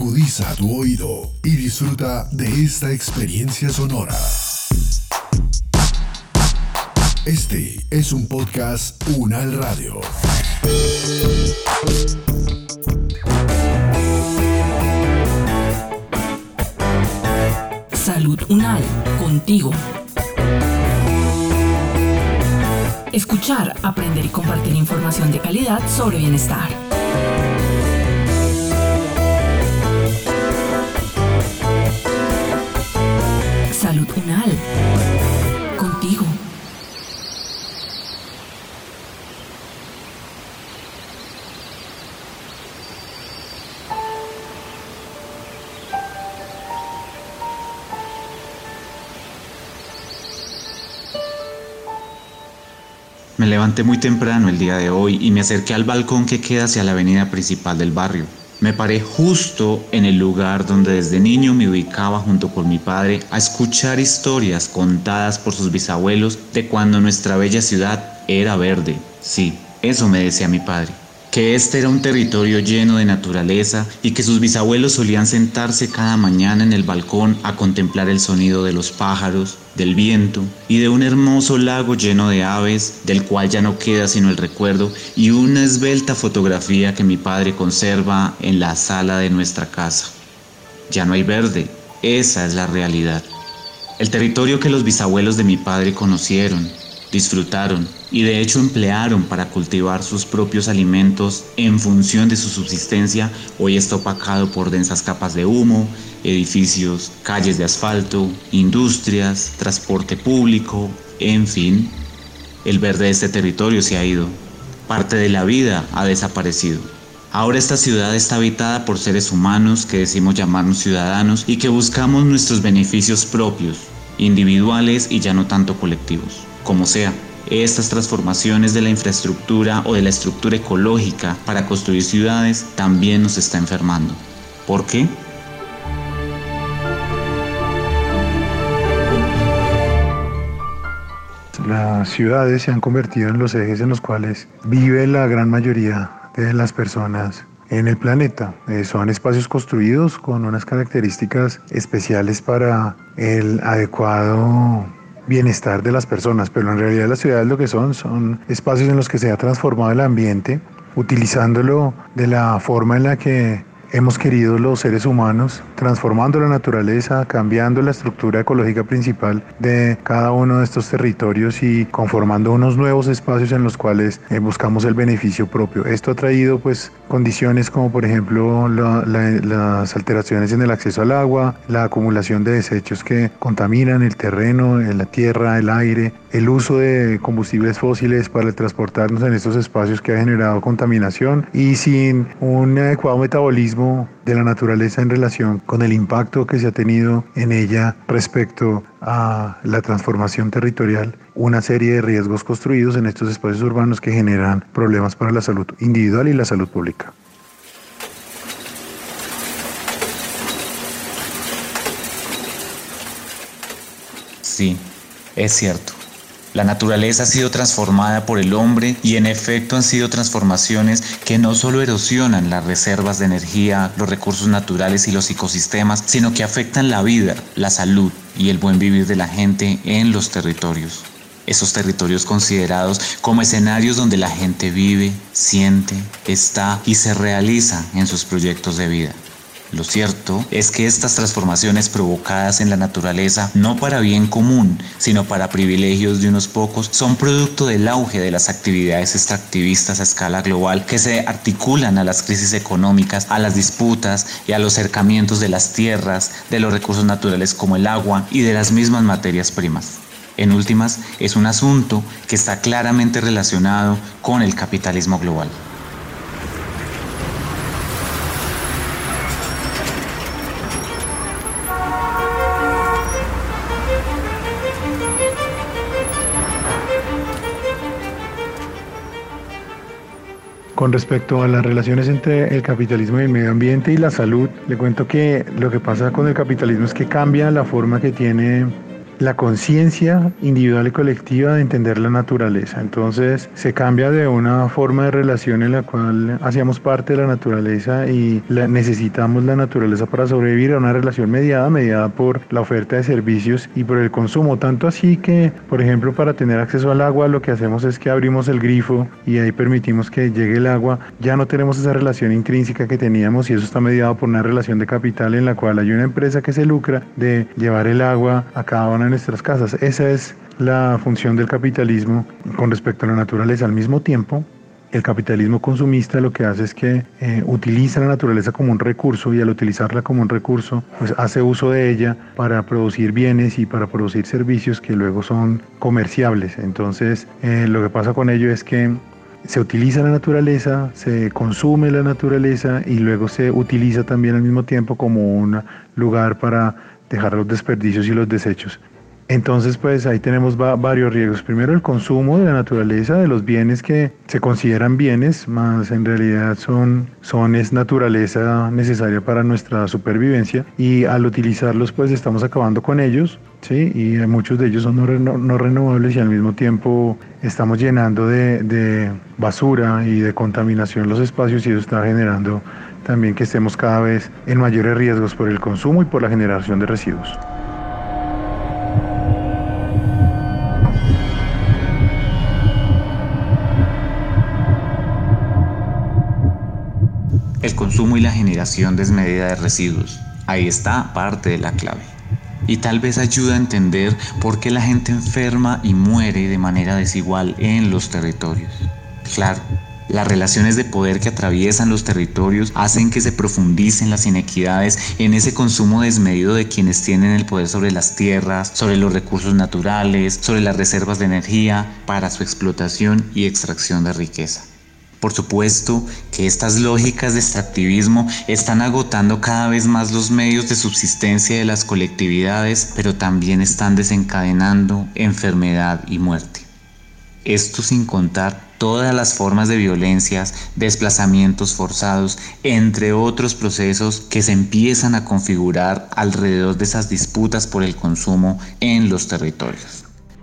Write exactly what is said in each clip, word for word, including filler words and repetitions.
Agudiza tu oído y disfruta de esta experiencia sonora. Este es un podcast Unal Radio. Salud Unal, contigo. Escuchar, aprender y compartir información de calidad sobre bienestar. Salud Unal, contigo. Me levanté muy temprano el día de hoy y me acerqué al balcón que queda hacia la avenida principal del barrio. Me paré justo en el lugar donde desde niño me ubicaba junto con mi padre a escuchar historias contadas por sus bisabuelos de cuando nuestra bella ciudad era verde. Sí, eso me decía mi padre, que este era un territorio lleno de naturaleza y que sus bisabuelos solían sentarse cada mañana en el balcón a contemplar el sonido de los pájaros, del viento y de un hermoso lago lleno de aves, del cual ya no queda sino el recuerdo y una esbelta fotografía que mi padre conserva en la sala de nuestra casa. Ya no hay verde, esa es la realidad. El territorio que los bisabuelos de mi padre conocieron, disfrutaron y de hecho emplearon para cultivar sus propios alimentos en función de su subsistencia, hoy está opacado por densas capas de humo, edificios, calles de asfalto, industrias, transporte público, en fin. El verde de este territorio se ha ido. Parte de la vida ha desaparecido. Ahora esta ciudad está habitada por seres humanos que decimos llamarnos ciudadanos y que buscamos nuestros beneficios propios, individuales y ya no tanto colectivos. Como sea, estas transformaciones de la infraestructura o de la estructura ecológica para construir ciudades también nos está enfermando. ¿Por qué? Las ciudades se han convertido en los ejes en los cuales vive la gran mayoría de las personas en el planeta. Eh, son espacios construidos con unas características especiales para el adecuado bienestar de las personas, pero en realidad las ciudades lo que son son espacios en los que se ha transformado el ambiente, utilizándolo de la forma en la que hemos querido los seres humanos, transformando la naturaleza, cambiando la estructura ecológica principal de cada uno de estos territorios y conformando unos nuevos espacios en los cuales eh, buscamos el beneficio propio. Esto ha traído pues condiciones como por ejemplo la, la, las alteraciones en el acceso al agua, la acumulación de desechos que contaminan el terreno, la tierra, el aire, el uso de combustibles fósiles para transportarnos en estos espacios que ha generado contaminación y sin un adecuado metabolismo de la naturaleza en relación con el impacto que se ha tenido en ella respecto a la transformación territorial, una serie de riesgos construidos en estos espacios urbanos que generan problemas para la salud individual y la salud pública. Sí, es cierto. La naturaleza ha sido transformada por el hombre y en efecto han sido transformaciones que no solo erosionan las reservas de energía, los recursos naturales y los ecosistemas, sino que afectan la vida, la salud y el buen vivir de la gente en los territorios. Esos territorios considerados como escenarios donde la gente vive, siente, está y se realiza en sus proyectos de vida. Lo cierto es que estas transformaciones provocadas en la naturaleza, no para bien común, sino para privilegios de unos pocos, son producto del auge de las actividades extractivistas a escala global que se articulan a las crisis económicas, a las disputas y a los cercamientos de las tierras, de los recursos naturales como el agua y de las mismas materias primas. En últimas, es un asunto que está claramente relacionado con el capitalismo global. Con respecto a las relaciones entre el capitalismo y el medio ambiente y la salud, le cuento que lo que pasa con el capitalismo es que cambia la forma que tiene la conciencia individual y colectiva de entender la naturaleza. Entonces se cambia de una forma de relación en la cual hacíamos parte de la naturaleza y la, necesitamos la naturaleza para sobrevivir, a una relación mediada, mediada por la oferta de servicios y por el consumo. Tanto así que, por ejemplo, para tener acceso al agua, lo que hacemos es que abrimos el grifo y ahí permitimos que llegue el agua. Ya no tenemos esa relación intrínseca que teníamos y eso está mediado por una relación de capital en la cual hay una empresa que se lucra de llevar el agua a cada una de nuestras casas. Esa es la función del capitalismo con respecto a la naturaleza. Al mismo tiempo, el capitalismo consumista lo que hace es que eh, utiliza la naturaleza como un recurso y al utilizarla como un recurso, pues hace uso de ella para producir bienes y para producir servicios que luego son comerciables. Entonces, eh, lo que pasa con ello es que se utiliza la naturaleza, se consume la naturaleza y luego se utiliza también al mismo tiempo como un lugar para dejar los desperdicios y los desechos. Entonces, pues ahí tenemos va- varios riesgos. Primero, el consumo de la naturaleza, de los bienes que se consideran bienes, más en realidad son, son es naturaleza necesaria para nuestra supervivencia. Y al utilizarlos, pues estamos acabando con ellos, ¿sí? Y muchos de ellos son no, reno- no renovables y al mismo tiempo estamos llenando de, de basura y de contaminación los espacios y eso está generando también que estemos cada vez en mayores riesgos por el consumo y por la generación de residuos. El consumo y la generación desmedida de residuos. Ahí está parte de la clave. Y tal vez ayuda a entender por qué la gente enferma y muere de manera desigual en los territorios. Claro, las relaciones de poder que atraviesan los territorios hacen que se profundicen las inequidades en ese consumo desmedido de quienes tienen el poder sobre las tierras, sobre los recursos naturales, sobre las reservas de energía para su explotación y extracción de riqueza. Por supuesto que estas lógicas de extractivismo están agotando cada vez más los medios de subsistencia de las colectividades, pero también están desencadenando enfermedad y muerte. Esto sin contar todas las formas de violencias, desplazamientos forzados, entre otros procesos que se empiezan a configurar alrededor de esas disputas por el consumo en los territorios.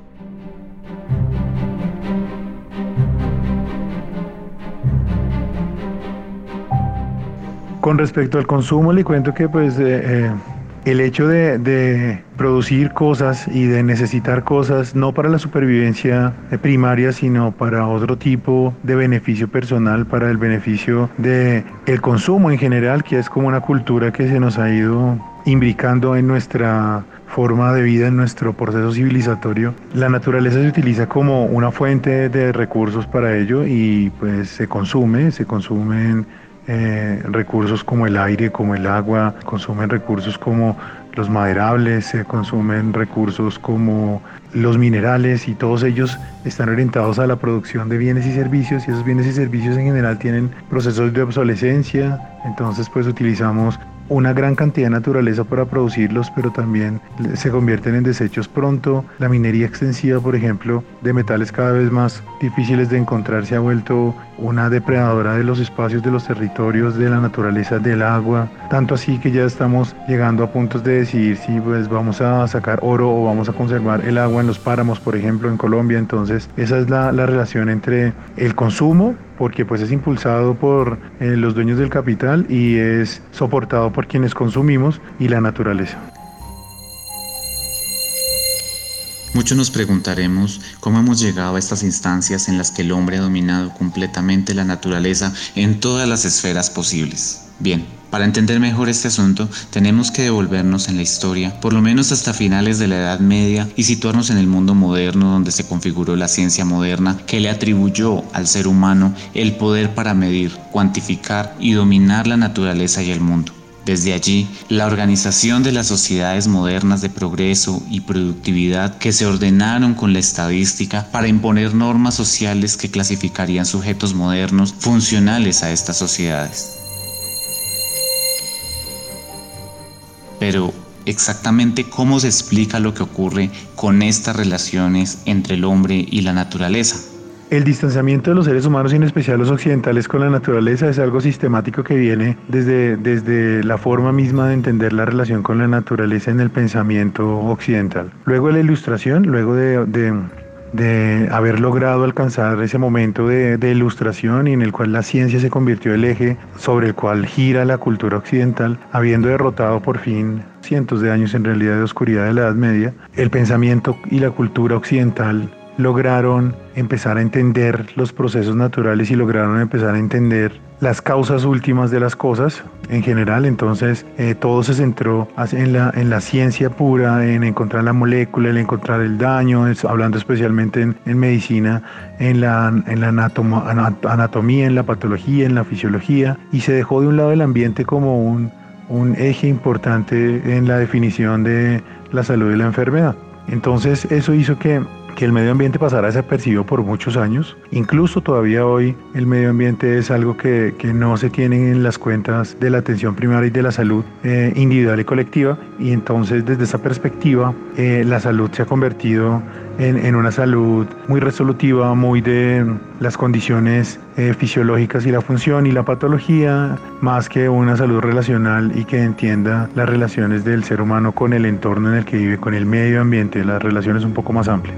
Con respecto al consumo, le cuento que pues eh, eh, el hecho de, de producir cosas y de necesitar cosas no para la supervivencia primaria, sino para otro tipo de beneficio personal, para el beneficio del consumo en general, que es como una cultura que se nos ha ido imbricando en nuestra forma de vida, en nuestro proceso civilizatorio. La naturaleza se utiliza como una fuente de recursos para ello y pues se consume, se consumen Eh, recursos como el aire, como el agua, consumen recursos como los maderables, se consumen recursos como los minerales y todos ellos están orientados a la producción de bienes y servicios y esos bienes y servicios en general tienen procesos de obsolescencia, entonces pues utilizamos una gran cantidad de naturaleza para producirlos, pero también se convierten en desechos pronto. La minería extensiva, por ejemplo, de metales cada vez más difíciles de encontrar, se ha vuelto una depredadora de los espacios, de los territorios, de la naturaleza, del agua, tanto así que ya estamos llegando a puntos de decidir si pues vamos a sacar oro o vamos a conservar el agua en los páramos, por ejemplo, en Colombia. Entonces esa es la, la relación entre el consumo, porque pues es impulsado por eh, los dueños del capital y es soportado por quienes consumimos, y la naturaleza. Muchos nos preguntaremos cómo hemos llegado a estas instancias en las que el hombre ha dominado completamente la naturaleza en todas las esferas posibles. Bien, para entender mejor este asunto, tenemos que devolvernos en la historia, por lo menos hasta finales de la Edad Media, y situarnos en el mundo moderno donde se configuró la ciencia moderna que le atribuyó al ser humano el poder para medir, cuantificar y dominar la naturaleza y el mundo. Desde allí, la organización de las sociedades modernas de progreso y productividad que se ordenaron con la estadística para imponer normas sociales que clasificarían sujetos modernos funcionales a estas sociedades. Pero, exactamente cómo se explica lo que ocurre con estas relaciones entre el hombre y la naturaleza. El distanciamiento de los seres humanos y en especial los occidentales con la naturaleza es algo sistemático que viene desde, desde la forma misma de entender la relación con la naturaleza en el pensamiento occidental. Luego de la ilustración, luego de, de, de haber logrado alcanzar ese momento de, de ilustración y en el cual la ciencia se convirtió el eje sobre el cual gira la cultura occidental, habiendo derrotado por fin cientos de años en realidad de oscuridad de la Edad Media, el pensamiento y la cultura occidental lograron empezar a entender los procesos naturales y lograron empezar a entender las causas últimas de las cosas en general. Entonces eh, todo se centró en la, en la ciencia pura, en encontrar la molécula, en encontrar el daño, es, hablando especialmente en, en medicina, en la, en la anatomo, anatomía, en la patología, en la fisiología, y se dejó de un lado el ambiente como un, un eje importante en la definición de la salud y la enfermedad. Entonces eso hizo que que el medio ambiente pasara desapercibido por muchos años. Incluso todavía hoy el medio ambiente es algo que, que no se tiene en las cuentas de la atención primaria y de la salud eh, individual y colectiva, y entonces desde esa perspectiva eh, la salud se ha convertido en, en una salud muy resolutiva, muy de las condiciones eh, fisiológicas y la función y la patología, más que una salud relacional y que entienda las relaciones del ser humano con el entorno en el que vive, con el medio ambiente, las relaciones un poco más amplias.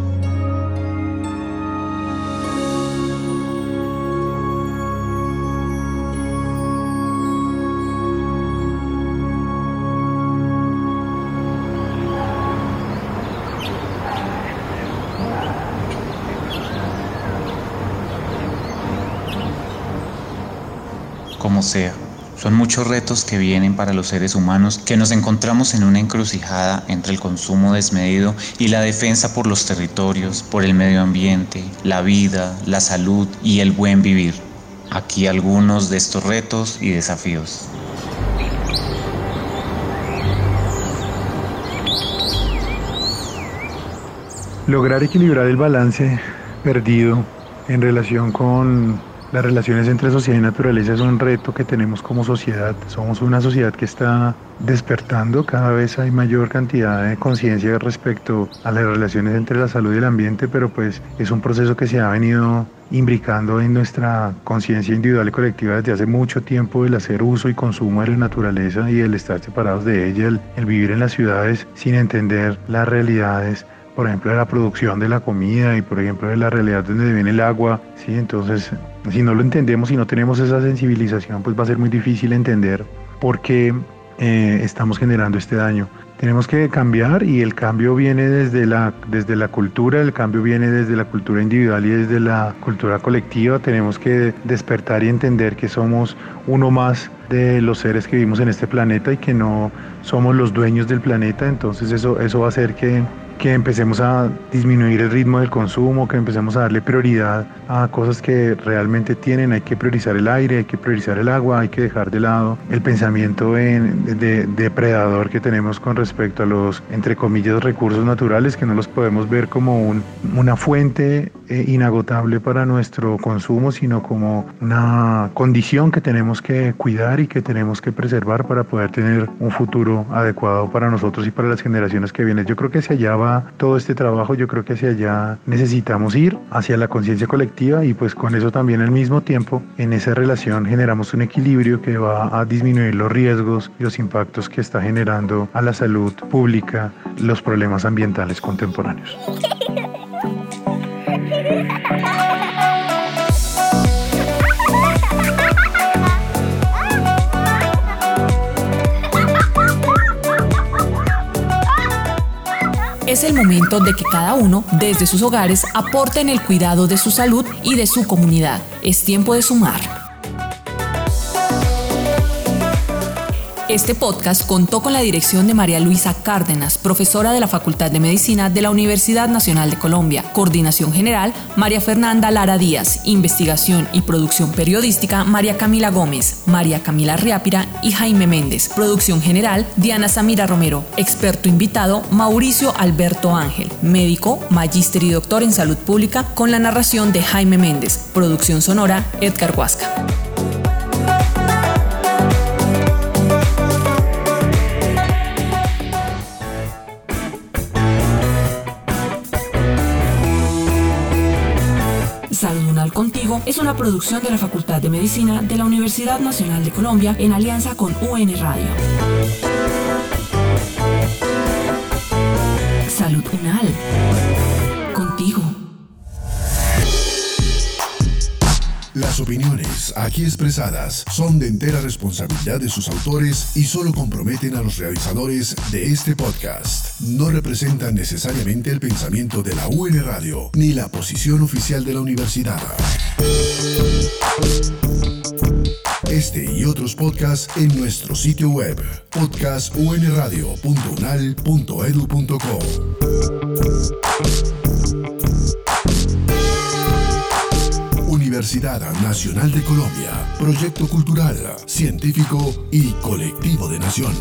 Como sea, son muchos retos que vienen para los seres humanos que nos encontramos en una encrucijada entre el consumo desmedido y la defensa por los territorios, por el medio ambiente, la vida, la salud y el buen vivir. Aquí algunos de estos retos y desafíos. Lograr equilibrar el balance perdido en relación con las relaciones entre sociedad y naturaleza es un reto que tenemos como sociedad. Somos una sociedad que está despertando, cada vez hay mayor cantidad de conciencia respecto a las relaciones entre la salud y el ambiente, pero pues es un proceso que se ha venido imbricando en nuestra conciencia individual y colectiva desde hace mucho tiempo, el hacer uso y consumo de la naturaleza y el estar separados de ella, el, el vivir en las ciudades sin entender las realidades, por ejemplo, de la producción de la comida y, por ejemplo, de la realidad donde viene el agua, ¿sí? Entonces, si no lo entendemos y no tenemos esa sensibilización, pues va a ser muy difícil entender por qué eh, estamos generando este daño. Tenemos que cambiar, y el cambio viene desde la, desde la cultura, el cambio viene desde la cultura individual y desde la cultura colectiva. Tenemos que despertar y entender que somos uno más de los seres que vivimos en este planeta y que no somos los dueños del planeta. Entonces eso, eso va a hacer que que empecemos a disminuir el ritmo del consumo, que empecemos a darle prioridad a cosas que realmente tienen. Hay que priorizar el aire, hay que priorizar el agua, hay que dejar de lado el pensamiento en, de, depredador que tenemos con respecto a los, entre comillas, recursos naturales, que no los podemos ver como un, una fuente eh, inagotable para nuestro consumo, sino como una condición que tenemos que cuidar y que tenemos que preservar para poder tener un futuro adecuado para nosotros y para las generaciones que vienen. Yo creo que hacia allá va todo este trabajo, yo creo que hacia allá necesitamos ir, hacia la conciencia colectiva, y pues con eso también al mismo tiempo en esa relación generamos un equilibrio que va a disminuir los riesgos y los impactos que está generando a la salud pública los problemas ambientales contemporáneos. Es el momento de que cada uno, desde sus hogares, aporte en el cuidado de su salud y de su comunidad. Es tiempo de sumar. Este podcast contó con la dirección de María Luisa Cárdenas, profesora de la Facultad de Medicina de la Universidad Nacional de Colombia. Coordinación general, María Fernanda Lara Díaz. Investigación y producción periodística, María Camila Gómez, María Camila Riápira y Jaime Méndez. Producción general, Diana Samira Romero. Experto invitado, Mauricio Alberto Ángel. Médico, magíster y doctor en salud pública, con la narración de Jaime Méndez. Producción sonora, Edgar Huasca. Virtual Contigo es una producción de la Facultad de Medicina de la Universidad Nacional de Colombia en alianza con U N Radio. Salud Unal. Contigo. Las opiniones aquí expresadas son de entera responsabilidad de sus autores y solo comprometen a los realizadores de este podcast. No representan necesariamente el pensamiento de la U N Radio ni la posición oficial de la universidad. Este y otros podcasts en nuestro sitio web podcast u n radio punto unal punto e d u punto co. Universidad Nacional de Colombia, proyecto cultural, científico y colectivo de nación.